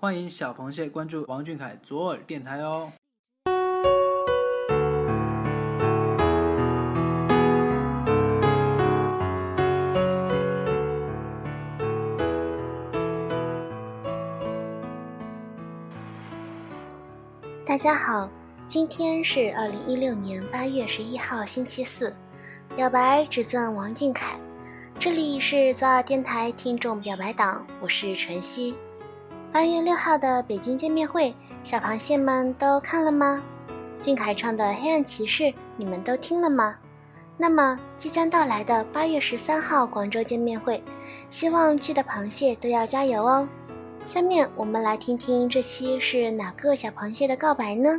欢迎小螃蟹关注王俊凯左耳电台哦。 大家好，今天是2016年8月11号星期四，表白只赠王俊凯。这里是左耳电台听众表白党，我是晨曦。8月6号的北京见面会，小螃蟹们都看了吗？俊凯唱的《黑暗骑士》你们都听了吗？那么即将到来的8月13号广州见面会，希望去的螃蟹都要加油哦。下面我们来听听这期是哪个小螃蟹的告白呢？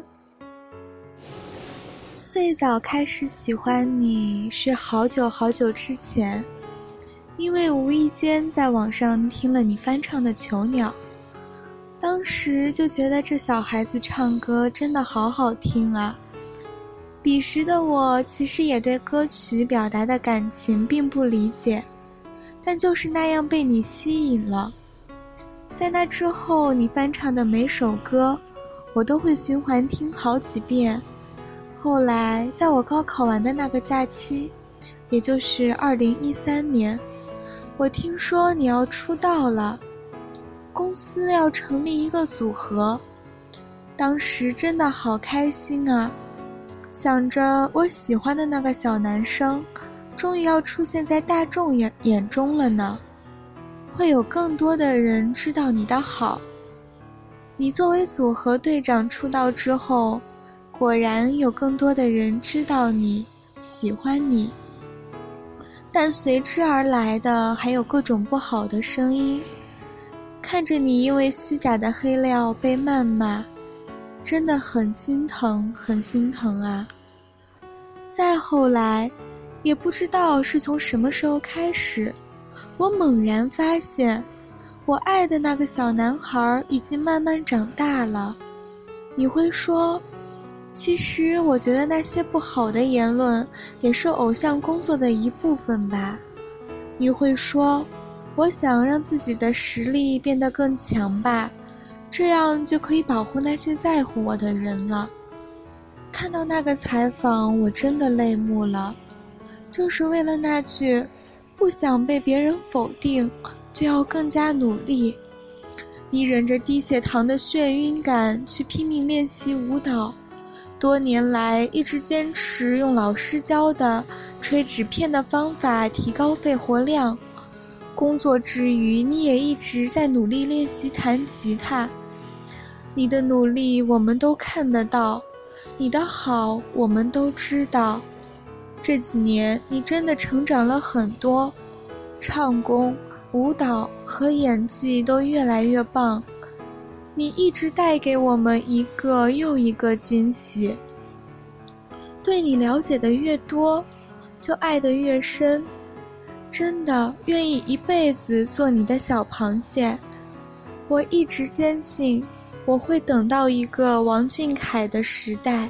最早开始喜欢你是好久好久之前，因为无意间在网上听了你翻唱的《囚鸟》，当时就觉得这小孩子唱歌真的好好听啊。彼时的我其实也对歌曲表达的感情并不理解，但就是那样被你吸引了。在那之后，你翻唱的每首歌我都会循环听好几遍。后来在我高考完的那个假期，也就是2013年，我听说你要出道了，公司要成立一个组合，当时真的好开心啊，想着我喜欢的那个小男生终于要出现在大众眼中了呢，会有更多的人知道你的好。你作为组合队长出道之后，果然有更多的人知道你，喜欢你，但随之而来的还有各种不好的声音。看着你因为虚假的黑料被谩骂，真的很心疼，很心疼啊。再后来，也不知道是从什么时候开始，我猛然发现，我爱的那个小男孩已经慢慢长大了。你会说，其实我觉得那些不好的言论也是偶像工作的一部分吧。你会说，我想让自己的实力变得更强吧，这样就可以保护那些在乎我的人了。看到那个采访，我真的泪目了，就是为了那句不想被别人否定，就要更加努力。你忍着低血糖的眩晕感去拼命练习舞蹈，多年来一直坚持用老师教的吹纸片的方法提高肺活量。工作之余，你也一直在努力练习弹吉他。你的努力我们都看得到，你的好我们都知道。这几年你真的成长了很多，唱功、舞蹈和演技都越来越棒。你一直带给我们一个又一个惊喜。对你了解的越多，就爱得越深。真的愿意一辈子做你的小螃蟹。我一直坚信，我会等到一个王俊凯的时代。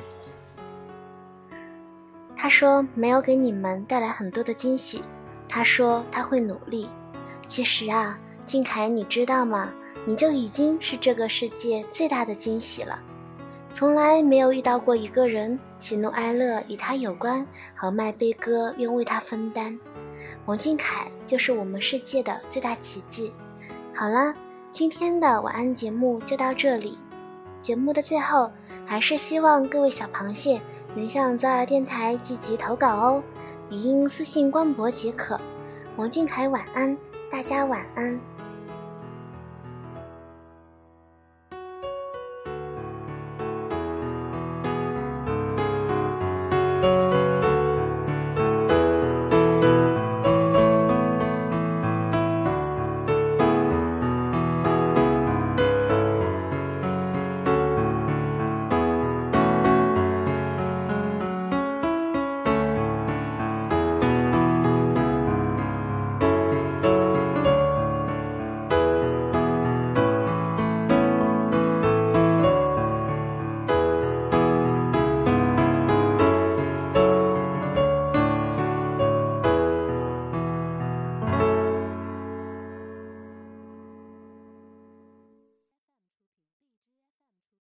他说没有给你们带来很多的惊喜，他说他会努力。其实啊，俊凯你知道吗？你就已经是这个世界最大的惊喜了。从来没有遇到过一个人，喜怒哀乐与他有关，豪迈悲歌愿为他分担。王俊凯就是我们世界的最大奇迹。好啦，今天的晚安节目就到这里。节目的最后，还是希望各位小螃蟹能向左耳电台积极投稿哦，语音私信官博即可。王俊凯晚安，大家晚安。